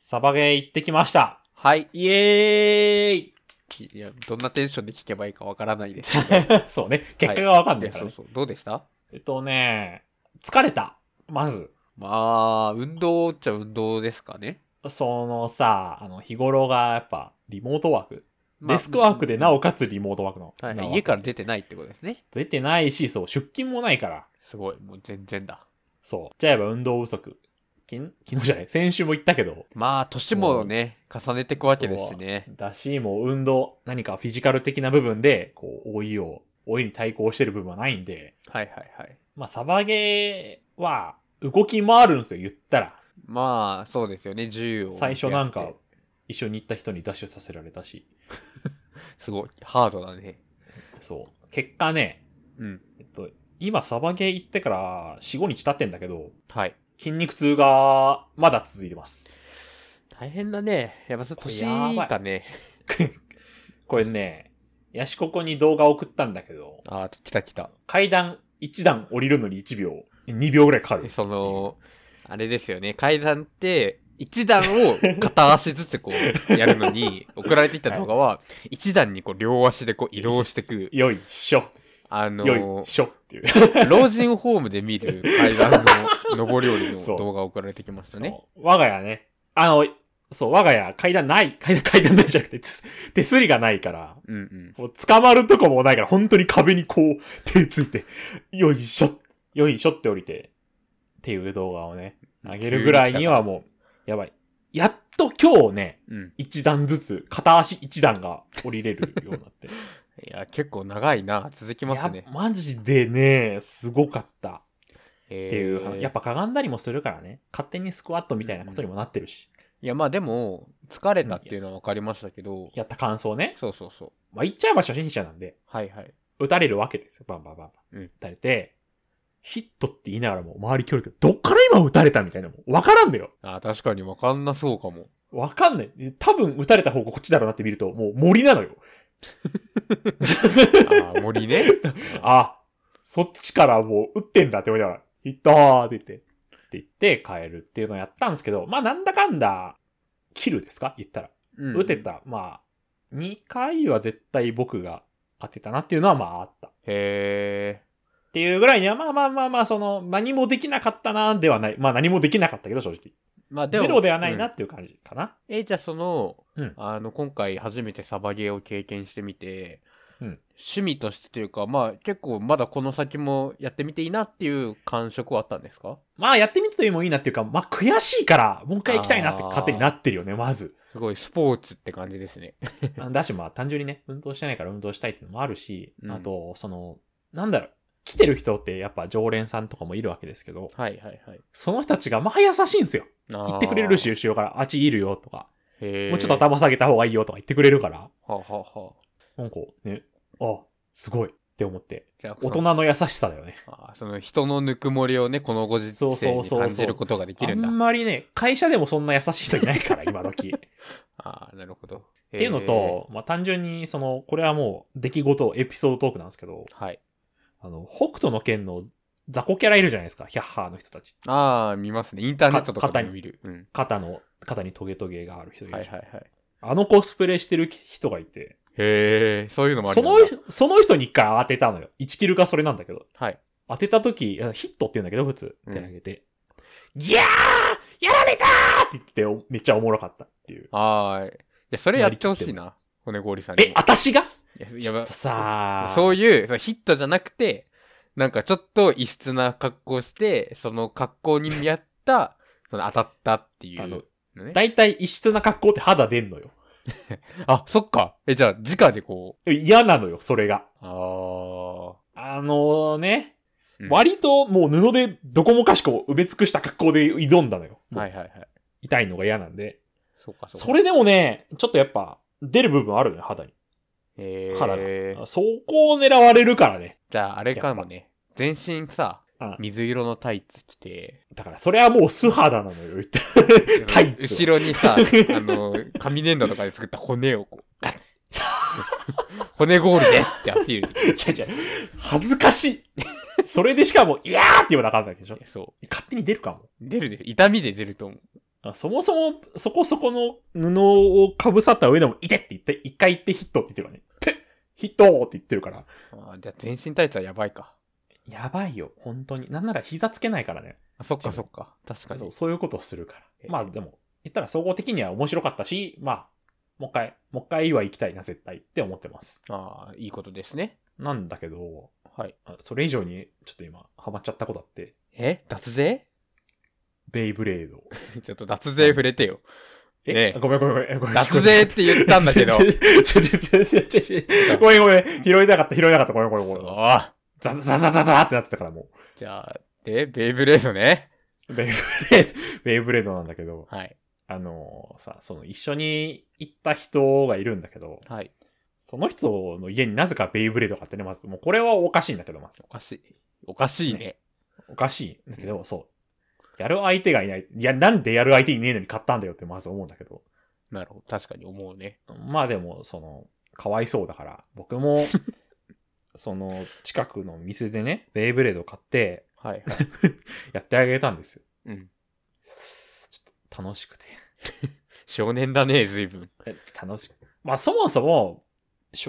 サバゲー行ってきました。 はい。 イエーイいや、どんなテンションで聞けばいいかわからないですけど。 そうね。結果がわかんないから、ね。 そう。どうでした？ 疲れた。まず。 まあ、運動っちゃ運動ですかね。 そのさ、日頃がやっぱリモートワーク。デスクワークでなおかつリモートワークの。 はい、家から出てないってことですね。 出てないし、そう、出勤もないから。 すごい、もう全然だ。 そう。じゃあやっぱ運動不足。昨日じゃない、先週も言ったけど。 まあ、年もね、重ねていくわけですしね。 だし、もう運動、何かフィジカル的な部分で、こう、老いに対抗してる部分はないんで。 はいはいはい。 まあ、サバゲーは、動き回るんですよ、言ったら。 まあ、そうですよね、銃を。 最初なんか、一緒に行った人にダッシュさせられたし。 すごい、ハードだね。 そう。結果ね、今サバゲー行ってから4、5日経ってんだけど、 はい。 筋肉痛がまだ続いてます。 大変だね。やっぱそれ年かね。 これね、ヤシココに動画送ったんだけど。 あ、来た。 階段1段降りるのに1秒、2秒ぐらいかかる。 あれですよね。階段って、1段を片足ずつこうやるのに、送られてきた動画は、1段にこう両足でこう移動してく。 よいしょ。よいしょっていう。 老人ホームで見る階段の上り下りの動画を送られてきましたね。 我が家ね。我が家階段ない。階段ないじゃなくて、手すりがないから、もう捕まるとこもないから、本当に壁にこう、手ついて、よいしょって降りて、っていう動画をね、上げるぐらいにはもう、やばい。やっと今日ね、一段ずつ、片足一段が降りれるようになって。 いや、結構長いな。続きますね。 マジでね、すごかった。っていう、やっぱかがんだりもするからね。勝手にスクワットみたいなことにもなってるし。 いや、まあでも、疲れたっていうのは分かりましたけど。 やった感想ね。 そう。 まあ言っちゃえば初心者なんで。 はい。 撃たれるわけですよ。バン。撃たれて、ヒットって言いながらも周り距離がどっから今撃たれたみたいなもん。わからんだよ。 あ、確かにわかんなそうかも。 わかんない。多分撃たれた方がこっちだろうなって見ると、もう森なのよ。 あ、森ね。 あ、そっちからもう撃ってんだって思いながら、ヒットーって言って帰るっていうのをやったんですけど、まあなんだかんだ、キルですか言ったら。撃てた。まあ、2回は絶対僕が当てたなっていうのはまああった。 へー。 っていうぐらいには、まあ、何もできなかったなではない。まあ何もできなかったけど、正直。まあでも。ゼロではないなっていう感じかな。 じゃあ今回初めてサバゲーを経験してみて、趣味としてというか、まあ結構まだこの先もやってみていいなっていう感触はあったんですか？ まあやってみてもいいなっていうか、まあ悔しいから、もう一回行きたいなって勝手になってるよね、まず。 すごいスポーツって感じですね。 だしまあ単純にね、運動してないから運動したいっていうのもあるし、あと、なんだろう。来てる人ってやっぱ常連さんとかもいるわけですけど、その人たちがまあ優しいんですよ。言ってくれるし、後ろから、あっちいるよとか、もうちょっと頭下げた方がいいよとか言ってくれるから、なんかね、あ、すごいって思って、大人の優しさだよね。 その人のぬくもりをね、このご時世に感じることができるんだ。 あんまりね、会社でもそんな優しい人いないから、今時。 なるほど。 っていうのと、まあ単純に、これはもう出来事、エピソードトークなんですけど、北斗の拳の雑魚キャラいるじゃないですか、ヒャッハーの人たち。 見ますね。インターネットとかで見る。 肩にトゲトゲがある人いる。 はい。 コスプレしてる人がいて。 へー、そういうのもあるんだ。 その人に一回当てたのよ。1キルがそれなんだけど。 はい。 当てた時、ヒットって言うんだけど、普通。手上げて。ギャーやられたーって言って、めっちゃおもろかったっていう。 いや、それやってほしいな。骨氷さんに。 私がちょっとさそういうヒットじゃなくて、なんかちょっと異質な格好して、その格好に見合った、当たったっていう、 ね。だいたい異質な格好って肌出んのよ。 そっか。じゃあ、直でこう。嫌なのよ、それが。割ともう布でどこもかしこ埋め尽くした格好で挑んだのよ。痛いのが嫌なんで。それでもね、ちょっとやっぱ、出る部分あるのよ、肌に。肌が。そこを狙われるからね。 じゃあ、あれかもね。全身さ、水色のタイツ着て。 だから、それはもう素肌なのよ、 タイツ。後ろにさ、紙粘土とかで作った骨をこう、ガッ骨氷ですってアピール。 恥ずかしい。それでしかも、いやーって言わなかったわけでしょ。 そう。 勝手に出るかも。 出る。痛みで出ると思う。 そもそもそこそこの布をかぶさった上でも、いてって言って、一回言ってヒットって言ってるからね。ヒットって言ってるから。 じゃあ全身タイツはやばいか。 やばいよ、本当に。なんなら膝つけないからね。 そっか。確かに。 そういうことをするから。まあでも、言ったら総合的には面白かったし、まあ、もう一回は行きたいな、絶対って思ってます。 いいことですね。 なんだけど、 はい。 それ以上に、ちょっと今、ハマっちゃったことあって。 脱税？ ベイブレード。 ちょっと脱税触れてよ。 ごめん。 脱税って言ったんだけど。ごめん。 拾いたかった。ごめん。ザってなってたからもう。 じゃあ、ベイブレードね。 ベイブレードなんだけど。 はい。 一緒に行った人がいるんだけど。 はい。 その人の家になぜかベイブレード買ってね、まず。もうこれはおかしいんだけど、まず。 おかしいね。 おかしいんだけど、そう。やる相手がいない。いや、なんでやる相手いねえのに買ったんだよってまず思うんだけど。 なるほど。確かに思うね。 まあでも、かわいそうだから、僕も、近くの店でね、ベイブレード買って、 はい。 やってあげたんですよ。 うん。 ちょっと楽しくて。 少年だね、随分。 楽しく。まあそもそも、小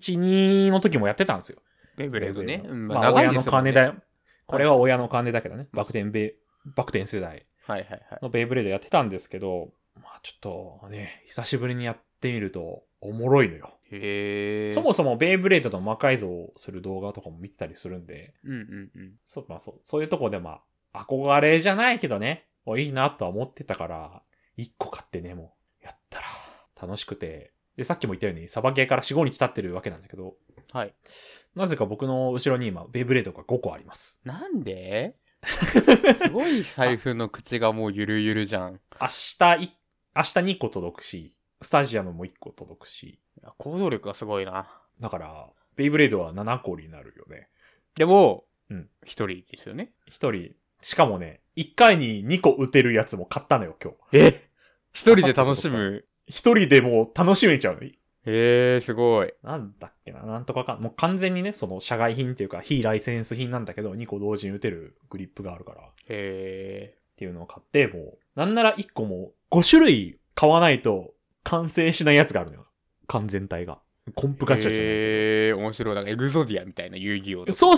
1、2の時もやってたんですよ。 ベイブレードね。 まあ親の金だよ。これは親の金だけどね。バク転世代のベイブレードやってたんですけど、まあちょっとね、久しぶりにやってみるとおもろいのよ。そもそもベイブレードの魔改造する動画とかも見てたりするんで、そういうとこでまあ憧れじゃないけどね、いいなとは思ってたから、1個買ってね、もうやったら楽しくて、で、さっきも言ったようにサバゲーから4、5日経ってるわけなんだけど、 はい。 なぜか僕の後ろに今ベイブレードが5個あります。 なんですごい財布の口がもうゆるゆるじゃん。 明日2個届くし、スタジアムも1個届くし。 行動力がすごいな。 だから、ベイブレードは7個になるよね。 でも、1人ですよね。 1人。しかもね、1回に2個打てるやつも買ったのよ、今日。 1人で楽しむ。 1人でもう楽しめちゃうの。 すごい。 なんだっけな、なんとかもう完全にね、社外品っていうか、非ライセンス品なんだけど、2個同時に打てるグリップがあるから。っていうのを買って、もう、なんなら1個も5種類買わないと完成しないやつがあるのよ。完全体が。コンプガチャじゃない面白い。なんかエグゾディアみたいな遊戯王。 そう。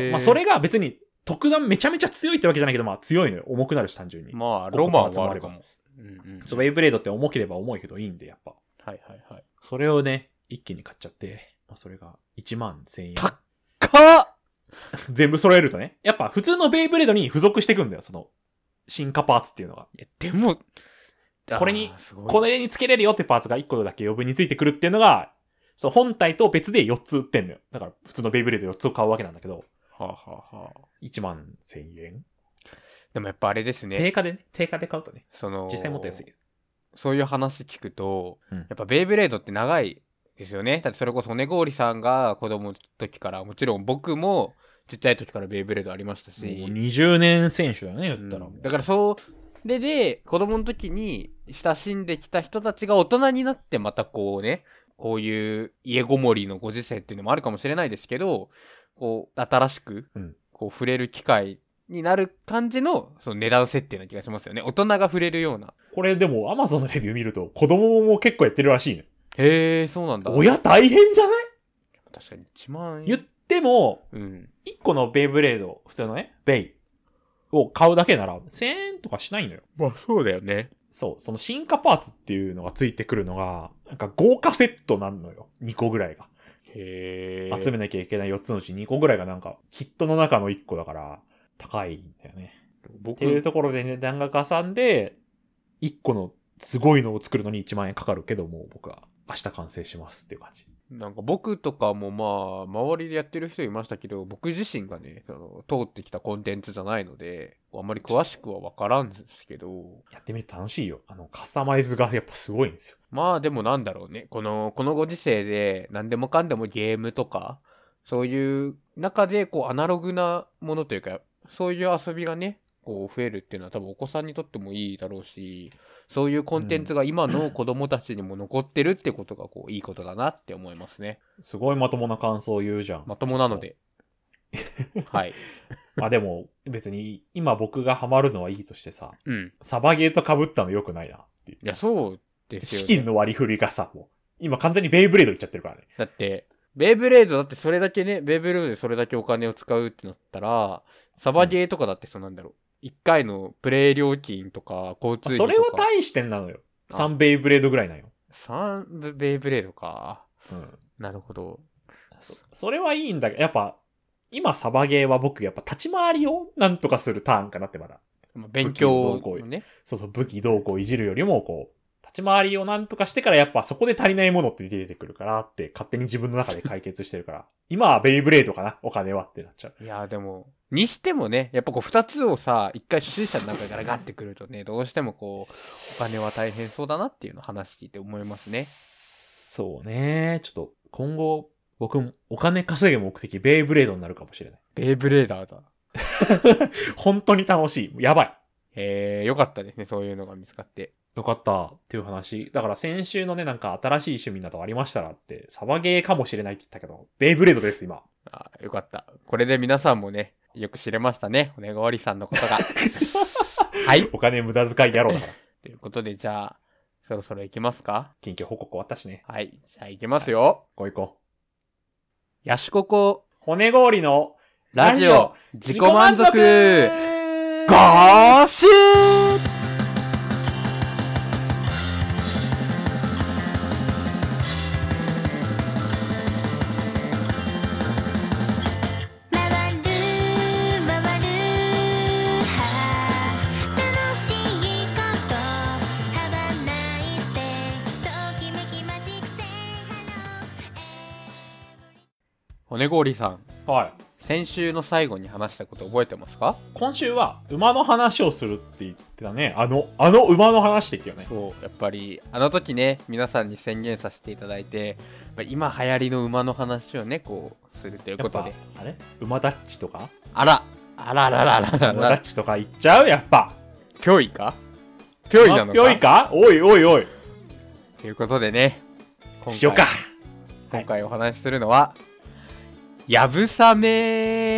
まあそれが別に特段めちゃめちゃ強いってわけじゃないけど、まあ強いのよ。重くなるし単純に。 まあロマンはあるかも。 そう、ベイブレードって重ければ重いけどいいんで、やっぱ。 はい。 それをね、一気に買っちゃって、まあそれが11,000円。 高っ全部揃えるとね。やっぱ普通のベイブレードに付属してくんだよ、進化パーツっていうのが。 でも、 これにつけれるよってパーツが1個だけ余分についてくるっていうのが、本体と別で4つ売ってんのよ。だから普通のベイブレード4つを買うわけなんだけど。11,000円。 でもやっぱあれですね。 定価で買うとね。実際もっと安い。 そういう話聞くと、やっぱベイブレードって長いですよね。だってそれこそ骨氷さんが子供の時から、もちろん僕もちっちゃい時からベイブレードありましたし。 もう20年選手だね、言ったら。 だからそれで子供の時に親しんできた人たちが大人になってまたこうね、こういう家ごもりのご時世っていうのもあるかもしれないですけど、こう新しくこう触れる機会になる感じの値段設定な気がしますよね。大人が触れるような。 これでも Amazon のレビュー見ると子供も結構やってるらしいね。 そうなんだ。 親大変じゃない？ 確かに1万円。 言っても、1個のベイブレード、普通のね、ベイを買うだけなら1000円とかしないのよ。 まあそうだよね。 そう、その進化パーツっていうのがついてくるのが、なんか豪華セットなんのよ。2個ぐらいが。集めなきゃいけない4つのうち2個ぐらいがなんか、キットの中の1個だから、高いんだよね。っていうところで値段がかさんで、1個のすごいのを作るのに1万円かかるけども、僕は明日完成しますっていう感じ。 なんか僕とかもまあ周りでやってる人いましたけど、僕自身がね通ってきたコンテンツじゃないのであんまり詳しくは分からんですけど、 やってみると楽しいよ。カスタマイズがやっぱすごいんですよ。 まあでもなんだろうね、このご時世で何でもかんでもゲームとかそういう中でこうアナログなものというかそういう遊びがねこう増えるっていうのは多分お子さんにとってもいいだろうし、そういうコンテンツが今の子供たちにも残ってるってことがこういいことだなって思いますね。 すごいまともな感想を言うじゃん。 まともなので。 はい。 まあでも、別に、今僕がハマるのはいいとしてさ、 うん。 サバゲーと被ったの良くないなっていう。 いや、そうですよね。 資金の割り振りがさ、もう、今完全にベイブレードいっちゃってるからね。 だって、ベイブレードだってそれだけね、ベイブレードでそれだけお金を使うってなったら、サバゲーとかだってそうなんだろう。1回のプレイ料金とか交通費とか。 それは大してんなのよ。3ベイブレードぐらいなんよ。 3ベイブレードか。 うん。 なるほど。 それはいいんだけど、やっぱ、今サバゲーは僕やっぱ立ち回りをなんとかするターンかなってまだ。 勉強をね。 そうそう、武器どうこういじるよりも、こう、立ち回りをなんとかしてからやっぱそこで足りないものって出てくるからって勝手に自分の中で解決してるから。今はベイブレードかな、お金はってなっちゃう。 いや、でも、にしてもね、やっぱこう2つをさ、一回初心者の中からガッてくるとね、どうしてもこう、お金は大変そうだなっていうのを話聞いて思いますね。 そうね。ちょっと、今後、僕もお金稼ぐ目的、ベイブレードになるかもしれない。 ベイブレーダーだ。 本当に楽しい。やばい。 よかったですね、そういうのが見つかって。 よかったっていう話。だから先週のね、なんか新しい趣味などありましたらって、サバゲーかもしれないって言ったけど、ベイブレードです、今。 あ、よかった。これで皆さんもね、よく知れましたね。骨代わりさんのことが。はい。 お金無駄遣い野郎だから。 ということで、じゃあ、そろそろ行きますか？ 近況報告終わったしね。 はい。じゃあ行きますよ。 行こう。 ヤシココ、 骨氷のラジオ、自己満足、ゴーシュー骨氷さん。 はい。 先週の最後に話したこと覚えてますか？ 今週は馬の話をするって言ってたね。あの馬の話って言ってよね。 そう、やっぱりあの時ね、皆さんに宣言させていただいて、やっぱり今流行りの馬の話をね、こうするということで。 あれ馬ダッチとかあらら馬ダッチとか言っちゃうやっぱ。 ぴょいかぴょいなのかぴょいかおいおいおい。 ということでね、 今回お話しするのは、やぶさめイエ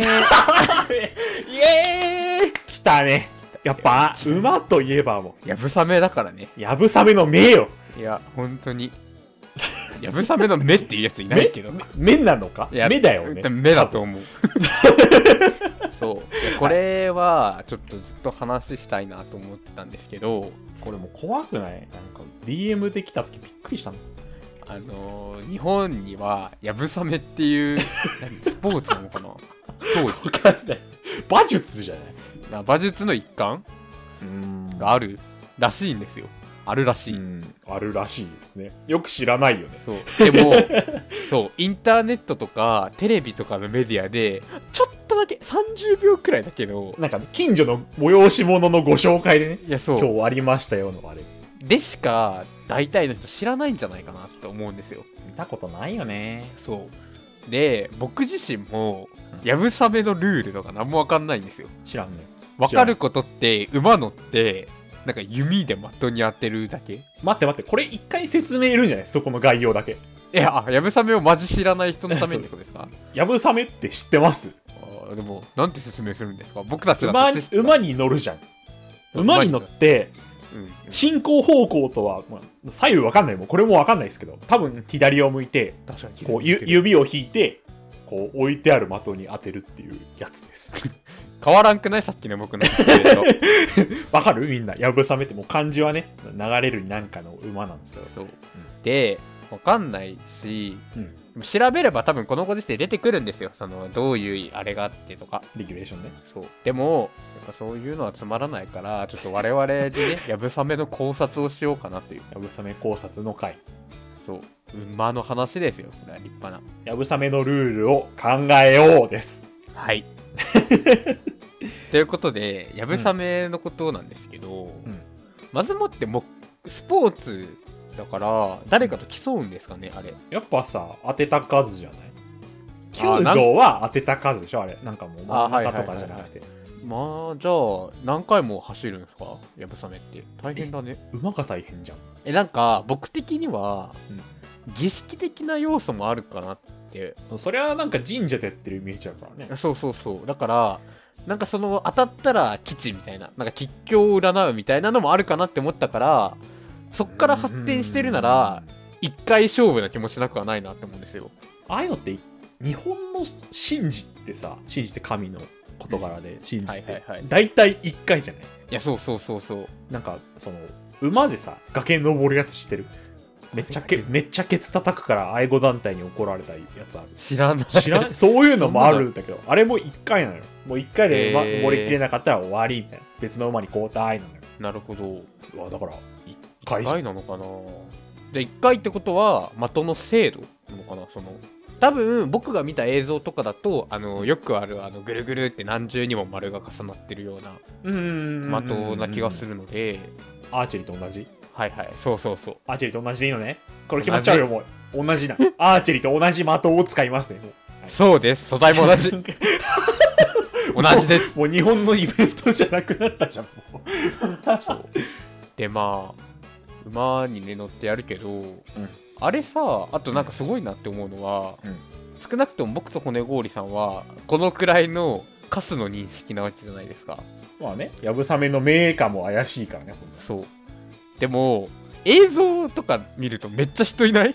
ーイ来たね。やっぱ馬といえばもうやぶさめだからね。 やぶさめの目よ。 いや本当にやぶさめの目っていうやついないけど目なのか？目だよね。 目だと思うそうこれはちょっとずっと話したいなと思ってたんですけど、 これも怖くない？なんか DM で来た時びっくりしたの。 日本にはやぶさめっていうスポーツなのかなわかんない。馬術じゃない？ 馬術の一環があるらしいんですよ。あるらしい。 あるらしいですね。よく知らないよね。 そう。でも、そうインターネットとかテレビとかのメディアでちょっとだけ30秒くらいだけど、 なんか近所の催し物のご紹介でね。 いやそう。 今日ありましたよのあれ。 でしか大体の人知らないんじゃないかなと思うんですよ。 見たことないよね。 そうで、僕自身もやぶさめのルールとか何も分かんないんですよ。 知らんね。 分かることって馬乗ってなんか弓で的に当てるだけ。 待ってこれ一回説明いるんじゃない？そこの概要だけ。 いや、やぶさめをマジ知らない人のためにってことですか？ やぶさめって知ってます？ でもなんて説明するんですか？僕たちだと馬に乗るじゃん。馬に乗って進行方向とは、左右わかんない。もうこれもわかんないですけど、多分左を向いて、こう指を引いて、こう置いてある的に当てるっていうやつです。 変わらんくない？さっきの僕のわかる？みんなやぶさめってもう漢字はね、流れるなんかの馬なんですけど。 そう、でわかんないし、調べれば多分このご時世出てくるんですよ。そのどういうあれがあってとかレギュレーションね。 そうでもやっぱそういうのはつまらないから、ちょっと我々でねやぶさめの考察をしようかなという。 やぶさめ考察の回。 そう馬の話ですよ。これは立派なやぶさめのルールを考えようです。 はいということでやぶさめのことなんですけど、まずもってスポーツだから誰かと競うんですかね？あれやっぱさ、当てた数じゃない？弓道は当てた数でしょ？あれなんかもう真ん中とかじゃなくて、 まあじゃあ何回も走るんですか？やぶさめって大変だね。 馬が大変じゃん。 なんか僕的には、儀式的な要素もあるかなって。 それはなんか神社でやってるイメージあるからね。 そうそうそう。だからなんかその当たったら吉みたいな、なんか吉凶を占うみたいなのもあるかなって思ったから、そっから発展してるなら一回勝負な気もしなくはないなって思うんですよ。 ああいうのって日本の神事ってさ、神事って神の事柄で神事って大体1回じゃない？ いや、そうそうそうそう。 なんかその馬でさ崖登るやつ知ってる？めっちゃケツ叩くから愛護団体に怒られたやつある。 知らないそういうのもあるんだけど、あれも1回なのよ。もう1回で登りきれなかったら終わりみたいな、別の馬に交代なのよ。 なるほど。 うわ、だから 1回なのかな。じゃあ1回ってことは的の精度なのかな。その多分僕が見た映像とかだとよくあるぐるぐるって何重にも丸が重なってるような的な気がするので、 アーチェリーと同じ。 はいはい、そうそうそう。 アーチェリーと同じでいいのね。これ決まっちゃうよ、もう。同じな。アーチェリーと同じ的を使いますね。もう、 はい、そうです。素材も同じ。同じです。 もう日本のイベントじゃなくなったじゃん、もう。 そう。で、まあ、馬にね乗ってやるけど、あれさ、あとなんかすごいなって思うのは、少なくとも僕と骨氷さんは、このくらいのカスの認識なわけじゃないですか。 まあね、やぶさめのメーカーも怪しいからね、 そう。でも映像とか見るとめっちゃ人いない？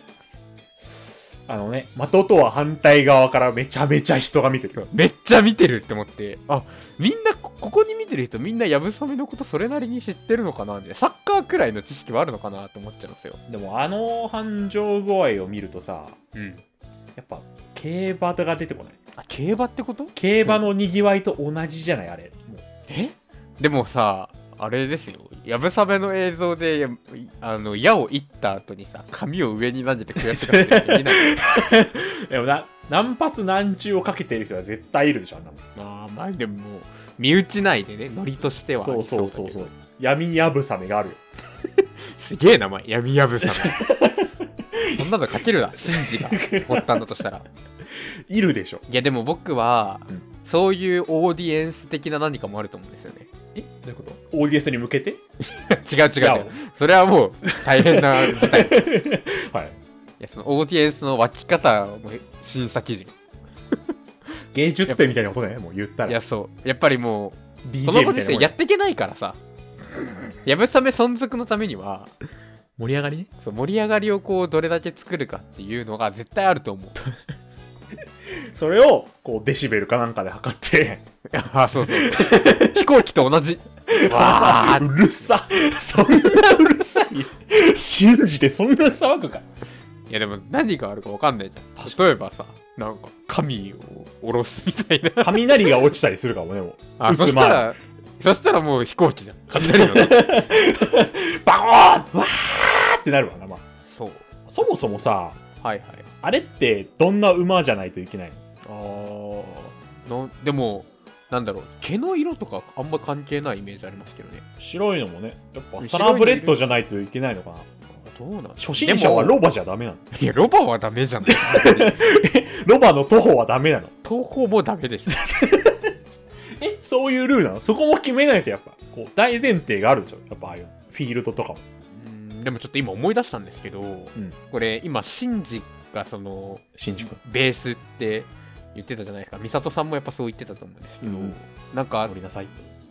的とは反対側からめちゃめちゃ人が見てる。 めっちゃ見てるって思って、みんなここに見てる人みんなやぶさめのことそれなりに知ってるのかなみたいな、サッカーくらいの知識はあるのかなって思っちゃうんですよ。 でも繁盛具合を見るとさ、やっぱ競馬が出てこない？ 競馬ってこと？ 競馬のにぎわいと同じじゃないあれ。もうでもさ、あれですよ、やぶさめの映像で矢を射った後にさ、髪を上に投げて悔しがってる人いないでも何発何中をかけてる人は絶対いるでしょ、あんなもん。まあでも身内内でね、ノリとしてはありそう闇やぶさめがあるよ。 すげえ名前、闇やぶさめ。そんなのかけるな、シンジが持ったんだとしたら。 いるでしょ。 いやでも僕は、そういうオーディエンス的な何かもあると思うんですよね。 どういうこと？オーディエンスに向けて？違う。それはもう大変な事態。 はい。 いや、そのオーディエンスの湧き方も審査基準。 芸術点みたいなことね、もう言ったら。 いや、そう。やっぱりもう、 DJ このご時世やっていけないからさ。やぶさめ存続のためには、 盛り上がりね。 そう、盛り上がりをこう、どれだけ作るかっていうのが絶対あると思う。 それをこうデシベルかなんかで測ってそう飛行機と同じ。 わーうるさ、そんなうるさい信じてそんな騒ぐか。 いやでも何があるか分かんないじゃん。例えばさ、なんか神を下ろすみたいな、 雷が落ちたりするかもね。もうそしたらもう飛行機じゃん、雷のバコーンわーってなるわな。まあそう、 そもそもさ、 はいはい、 あれってどんな馬じゃないといけないの？でもなんだろう、毛の色とかあんま関係ないイメージありますけどね。 白いのもね、やっぱサラブレッドじゃないといけないのかな。 どうなん？ 初心者はロバじゃダメなの？ いや、ロバはダメじゃないロバの徒歩はダメなの？ 徒歩もダメでしょそういうルールなの？そこも決めないとやっぱこう大前提があるでしょ、やっぱああいうフィールドとかも。 でもちょっと今思い出したんですけど、これ今シンジがそのベースって言ってたじゃないですか。美里さんもやっぱそう言ってたと思うんですけど、なんか乗りなさい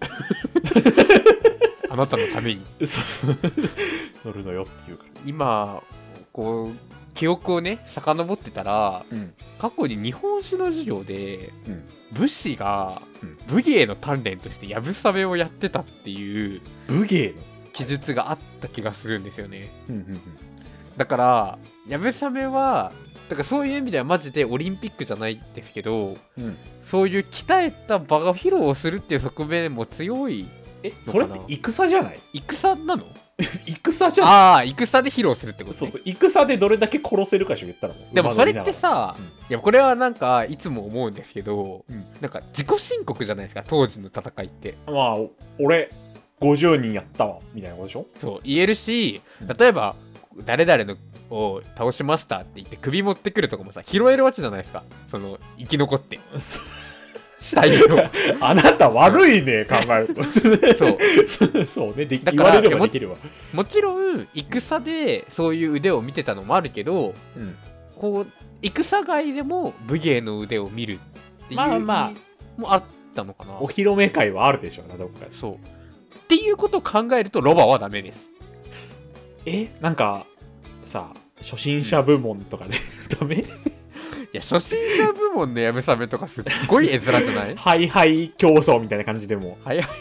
あなたのためにそう乗るのよって言うから。 今こう記憶をね遡ってたら、過去に日本史の授業で、武士が武芸の鍛錬としてやぶさめをやってたっていう武芸の記述があった気がするんですよね。だからやぶさめはだからそういう意味ではマジでオリンピックじゃないですけど、そういう鍛えた場が披露をするっていう側面も強いのかな。 それって戦じゃない？ 戦なの？ 戦じゃない？ 戦で披露するってことね。 そう戦でどれだけ殺せるかしら言ったら。 でもそれってさ、いやこれはなんかいつも思うんですけど、なんか自己申告じゃないですか、当時の戦いって。 まあ俺50人やったわみたいなことでしょ。 そう言えるし、例えば誰々のを倒しましたって言って首持ってくるとかもさ、拾えるわけじゃないですか、その生き残って死体をあなた悪いね考えるとそうね、 だから言われればできるわ。もちろん戦でそういう腕を見てたのもあるけど、 こう戦外でも武芸の腕を見るっていう意味もあったのかな。 お披露目会はあるでしょうな、どっかで。 そうっていうことを考えるとロバはダメです。 なんかさ、初心者部門とかでダメ？ いや、初心者部門のやぶさめとかすっごい絵面じゃない？ ハイハイ競争みたいな感じでも。 はいはい。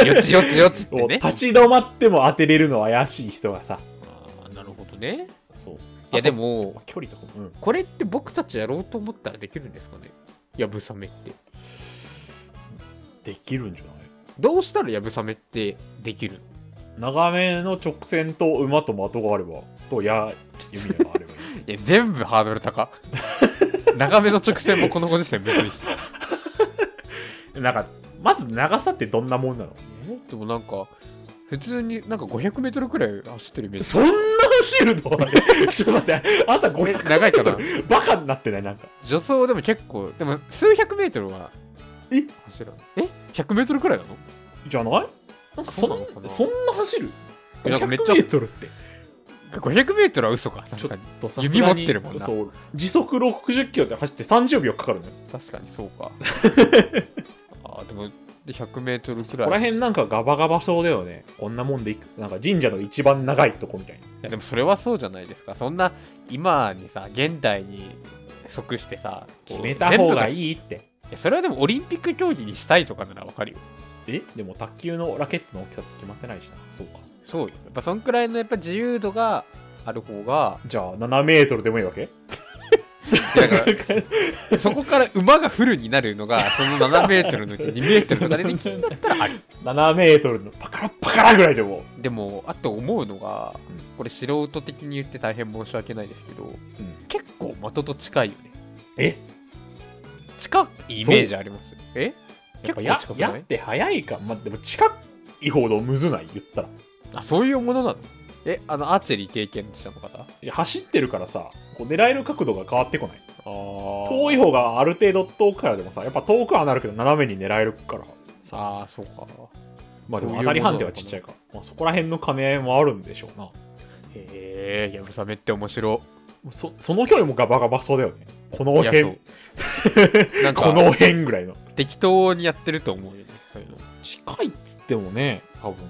よちよちよちってね。 立ち止まっても当てれるの怪しい人がさ。 ああ、なるほどね。 そうっす。 いやでも、 距離とかも、 これって僕たちやろうと思ったらできるんですかね？やぶさめって。 できるんじゃない？ どうしたらやぶさめってできる？ 長めの直線と馬と的があれば、と弓があればいい。 いや、全部ハードル高。長めの直線もこのご時世むずいし。 なんか、まず長さってどんなもんなの？ でもなんか、普通になんか500メートルくらい走ってるイメージ。 そんな走るの？ちょっと待って、あんた500 長いかな？ バカになってない？なんか。 助走でも結構、でも数百メートルは走る。100メートルくらいなの？ じゃない？なんかそんな走る？ なんかめっちゃ 500メートルって。 500メートルは嘘か。確かに。指持ってるもんな。 そう。時速60キロで走って30秒かかるね。 確かにそうか。でも100メートルくらい。 ここら辺なんかガバガバそうだよね。こんなもんでいく。なんか神社の一番長いとこみたいな。いやでもそれはそうじゃないですか。そんな今にさ、現代に即してさ、 決めた方がいいって。 それはでもオリンピック競技にしたいとかならわかるよ。 でも卓球のラケットの大きさって決まってないしな。そうか。 そうよ。やっぱそんくらいのやっぱ自由度がある方が。 じゃあ7メートルでもいいわけ？ だからそこから馬がフルになるのがその7メートルのうち2メートルとかでできるんだったらある。 7メートルのパカラパカラぐらいでも。 でもあと思うのが、これ素人的に言って大変申し訳ないですけど、結構的と近いよね。近いイメージあります？ 結構近くない？やって早いか。でも近いほどむずない？言ったら。 そういうものなの？アーチェリー経験者の方？ 走ってるからさ、こう狙える角度が変わってこない？遠い方がある程度遠くからでもさ、やっぱ遠くはなるけど斜めに狙えるからさ。 そうか。 まあでも当たり判定はちっちゃいか。そこら辺の兼ね合いもあるんでしょうな。 やぶさめって面白。 その距離もガバガバそうだよね。この辺。なんかこの辺ぐらいの。 適当にやってると思うよね。そういうの。 近いっつってもね、多分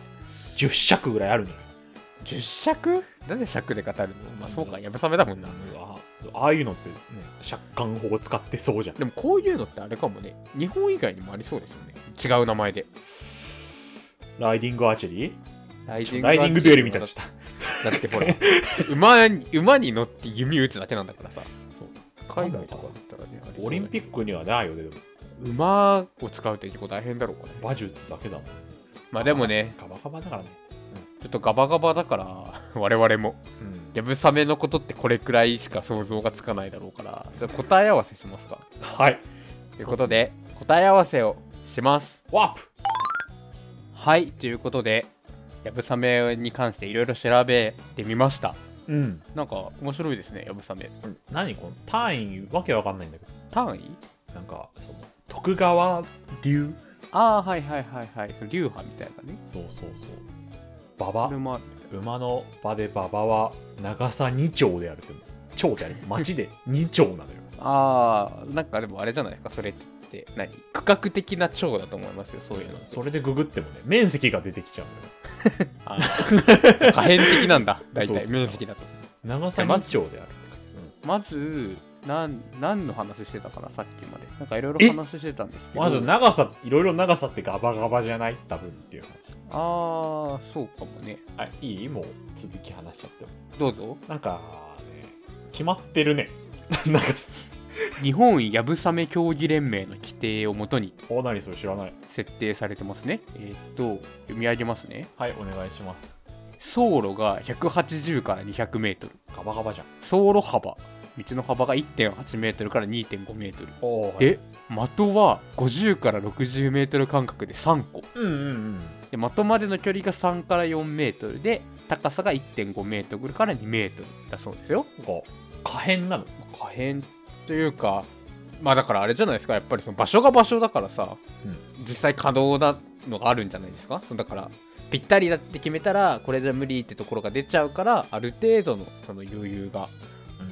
10尺ぐらいあるんじゃない？ 10 尺？なんで尺で語るの？まあそうか、やぶさめだもんな。 ああいうのってね、借款法を使ってそうじゃん。 でもこういうのってあれかもね。日本以外にもありそうですよね。違う名前で。 ライディングアーチェリー？ ライディングデュエルみたいなした。 だってほら、馬に乗って弓打つだけなんだからさ。そう。海外とかだったらね、 オリンピックにはないよね、でも。 馬を使うって結構大変だろうかね。 馬術だけだもん。 まあでもね、 ガバガバだからね。 ちょっとガバガバだから我々も、やぶさめのことってこれくらいしか想像がつかないだろうから、じゃあ答え合わせしますか。 はい。 ということで答え合わせをします。 ワープ。 はい、ということでやぶさめに関していろいろ調べてみました。なんか面白いですね、やぶさめ。 何この単位わけわかんないんだけど。 単位？ なんかその徳川流。 はいはいはいはい。流派みたいなね。 そう。馬場。馬の場で馬場は長さ2丁であるって。町である。町で2丁なのよ。 なんかでもあれじゃないですか、それって何？区画的な町だと思いますよ、そういうの。 それでググってもね、面積が出てきちゃうのよ。可変的なんだ、大体面積だと。 長さ2丁である。 まず何の話してたかな、さっきまで。なんかいろいろ話してたんですけど。 まずいろいろ長さってガバガバじゃない多分っていう話。 そうかもね。 いい？もう続き話しちゃっても。 どうぞ。 なんかね、決まってるね。なんか日本やぶさめ競技連盟の規定をもとに何それ知らない。 設定されてますね。読み上げますね。 はい、お願いします。 走路が180から200メートル。 ガバガバじゃん。 走路幅、道の幅が 1.8 メートルから 2.5 メートル。で、的は50から60メートル間隔で3個。で、的までの距離が3から4メートルで、高さが 1.5 メートルから2メートルだそうですよ。 可変なの？ 可変というか、まあだからあれじゃないですか、やっぱりその場所が場所だからさ、実際可能なのがあるんじゃないですか。だからぴったりだって決めたらこれじゃ無理ってところが出ちゃうから、ある程度のその余裕が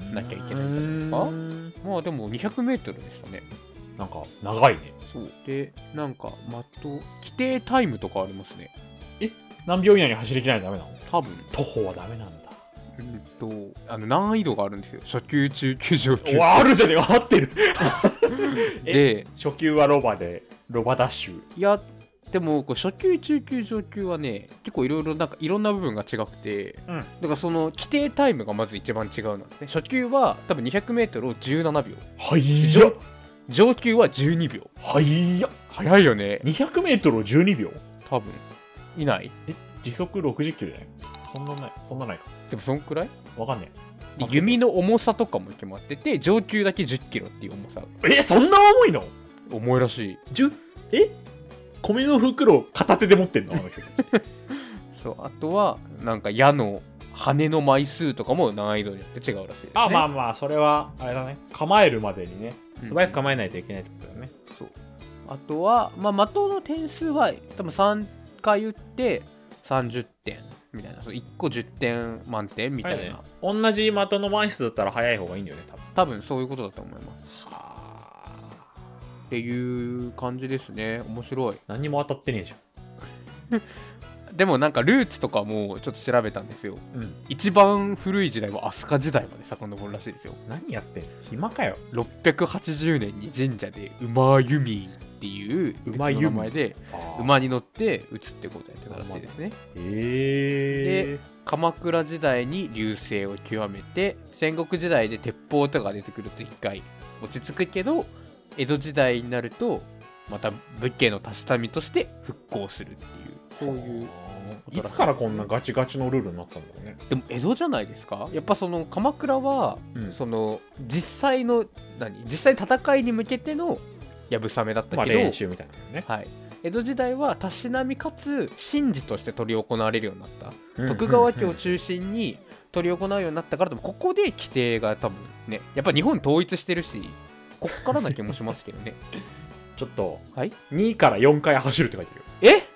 なきゃいけないんじゃないですか。まあでも200メートルでしたね。 なんか長いね。 そうで、なんか規定タイムとかありますね。 何秒以内に走りきらないとダメなの？ 多分徒歩はダメなんだ。 難易度があるんですよ。初級、中級、上級。 あるじゃねえか、合ってる。 で、 初級はロバで、ロバダッシュ。 いや、でも初級、中級、上級はね、結構いろいろなんかいろんな部分が違くて、だからその規定タイムがまず一番違うのね。初級は多分200メートルを17秒。 はいや。 上級は12秒。 はいや。 早いよね。 200メートルを12秒？ 多分。いない？ 時速60キロじゃない？そんなないか。 でもそんくらい？ わかんねえ。弓の重さとかも決まってて、上級だけ10キロっていう重さ。 そんな重いの？ 重いらしい。 米の袋を片手で持ってんの？あの人。 そう、あとはなんか矢の羽の枚数とかも難易度によって違うらしいですね。 まあそれはあれだね。構えるまでにね、素早く構えないといけないってことだね。 そう。あとは的の点数は多分3回打って30点みたいな、そう1個10点満点みたいな、 ね、同じ的の枚数だったら早い方がいいんだよね。 多分そういうことだと思います。っていう感じですね。面白い。 何にも当たってねえじゃん。 でもなんかルーツとかもちょっと調べたんですよ。一番古い時代は飛鳥時代まで遡るらしいですよ。 何やってんの？暇かよ。 680年に神社で馬弓っていう別の名前で馬に乗って撃つってことをやってたらしいですね。で、鎌倉時代に隆盛を極めて、戦国時代で鉄砲とか出てくると一回落ち着くけど、江戸時代になるとまた武家のたしみとして復興するっていう、そういう。 いつからこんなガチガチのルールになったんだろうね。 でも江戸じゃないですか。やっぱその鎌倉は、その実際戦いに向けてのやぶさめだったけど、 練習みたいなのね。 はい。江戸時代はたしなみかつ神事として執り行われるようになった、徳川家を中心に執り行うようになったから、ここで規定が多分ね、やっぱ日本統一してるし、ここからな気もしますけどね。 ちょっと、 はい、 2から4回走るって書いてるよ。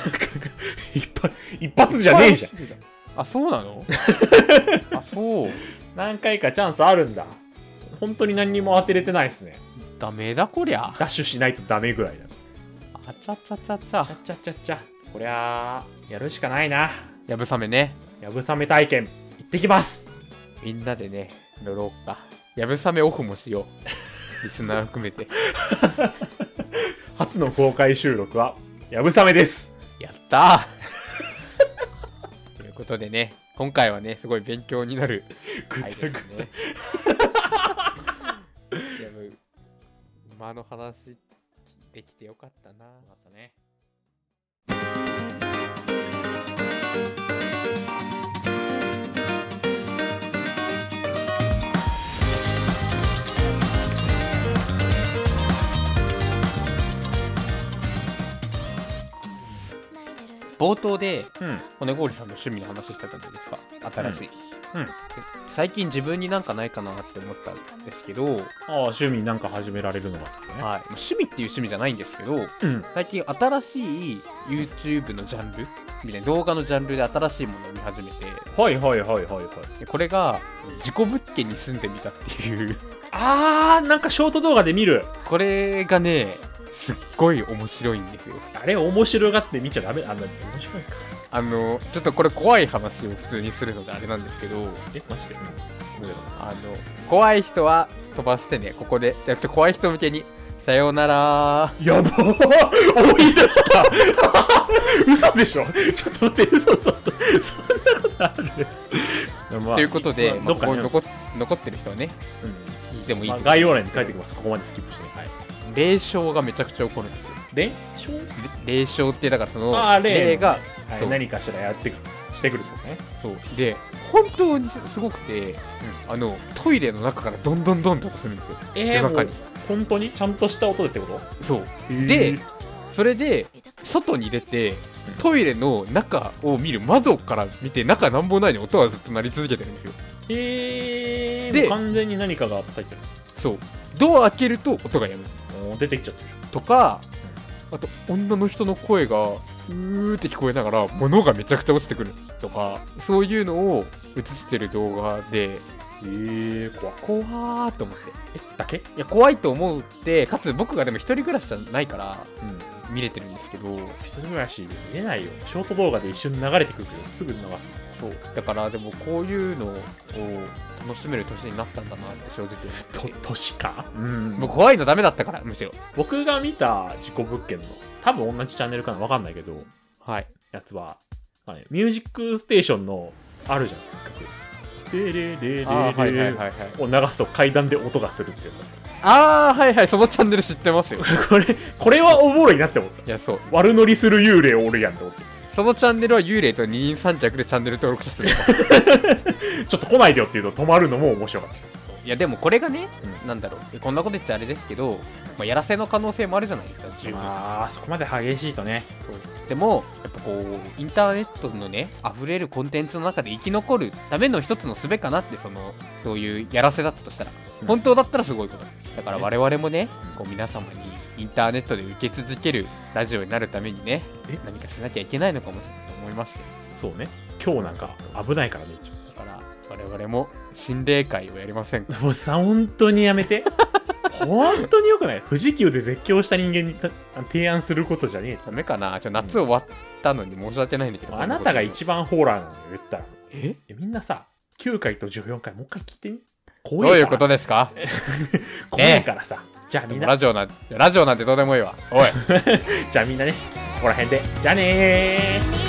一発じゃねえじゃん。 あ、そうなの？あ、そう。 何回かチャンスあるんだ。本当に何にも当てれてないですね。 ダメだこりゃ。 ダッシュしないとダメぐらいだ。 あちゃちゃちゃちゃ。 こりゃやるしかないな。 やぶさめね。 やぶさめ体験、行ってきます。 みんなでね、乗ろうか。やぶさめオフもしよう。リスナー含めて。 初の公開収録は、やぶさめです。 やったーということでね、今回はね、すごい勉強になる回ですね。馬の話できてよかったな。またね。冒頭で、骨氷さんの趣味の話したじゃないですか。新しい、最近自分になんかないかなって思ったんですけど、 趣味なんか始められるのが、ね、 はい、趣味っていう趣味じゃないんですけど、最近新しい YouTube のジャンルみたいな、動画のジャンルで新しいものを見始めて、でこれが事故物件に住んでみたっていうなんかショート動画で見る。 これがね、すっごい面白いんですよ。 あれ面白がって見ちゃダメ。面白いか。 ちょっとこれ怖い話を普通にするのであれなんですけど、 マジで、 怖い人は飛ばしてね。ここでじゃなくて、怖い人向けにさようなら。 やばー、思い出した嘘でしょ。ちょっと待って、嘘そんなことあるということで、ここに残ってる人はね、聞いてもいい、 概要欄に書いておきます。ここまでスキップしてね。 霊障がめちゃくちゃ起こるんですよ。霊障ってだからその霊が、 何かしらしてくるんですね。 そうで、本当にすごくて、トイレの中からどんどんとするんですよ。夜中に。 本当にちゃんとした音でってこと？ そうで、それで外に出てトイレの中を見る、窓から見て中なんもないに音はずっと鳴り続けてるんですよ。 で、完全に何かが入ってる。 そう、ドア開けると音がやむ。 出てきちゃってるとか、あと女の人の声がうーって聞こえながら物がめちゃくちゃ落ちてくるとか、そういうのを映してる動画で、 怖ーと思って。 だけ？ いや、怖いと思うって、かつ僕がでも一人暮らしじゃないから、見れてるんですけど。 一人暮らし見れないよ。ショート動画で一瞬流れてくるけど、すぐ流すの。 そう。だからでもこういうのを楽しめる年になったんだなって正直思って。 年か？ もう怖いのダメだったから、むしろ。 僕が見た事故物件の、多分同じチャンネルかなわかんないけど、 はい。 やつは、ミュージックステーションの、あるじゃん、曲。レレレレレを流すと階段で音がするってやつ。 はいはい、そのチャンネル知ってますよ。 これはおもろいなって思った。 いや、そう。 悪乗りする幽霊おるやんって思って。 そのチャンネルは幽霊と二人三脚でチャンネル登録してる。 ちょっと来ないでよって言うと止まるのも面白かった。 いやでもこれがね、なんだろう、こんなこと言っちゃあれですけど、やらせの可能性もあるじゃないですか、十分。 そこまで激しいとね。 そうでもやっぱこうインターネットのね溢れるコンテンツの中で生き残るための一つの術かなって、そういうやらせだったとしたら、本当だったらすごいことだから、我々もねこう皆様にインターネットで受け続けるラジオになるためにね、何かしなきゃいけないのかもと思いまして。 そうね、今日なんか危ないからね。 だから我々も心霊会をやりませんか？ もうさ、本当にやめて。本当によくない。富士急で絶叫した人間に提案することじゃねえ。 ダメかな。夏終わったのに申し訳ないんだけど、 あなたが一番ホーラーなのよ、言ったら。みんなさ、9回と14回もう一回聞いてみ。 どういうことですか？ 怖いからさ。じゃあみんな。 ラジオなんてどうでもいいわ。おい。 じゃあみんなね、ここら辺で。じゃあねー。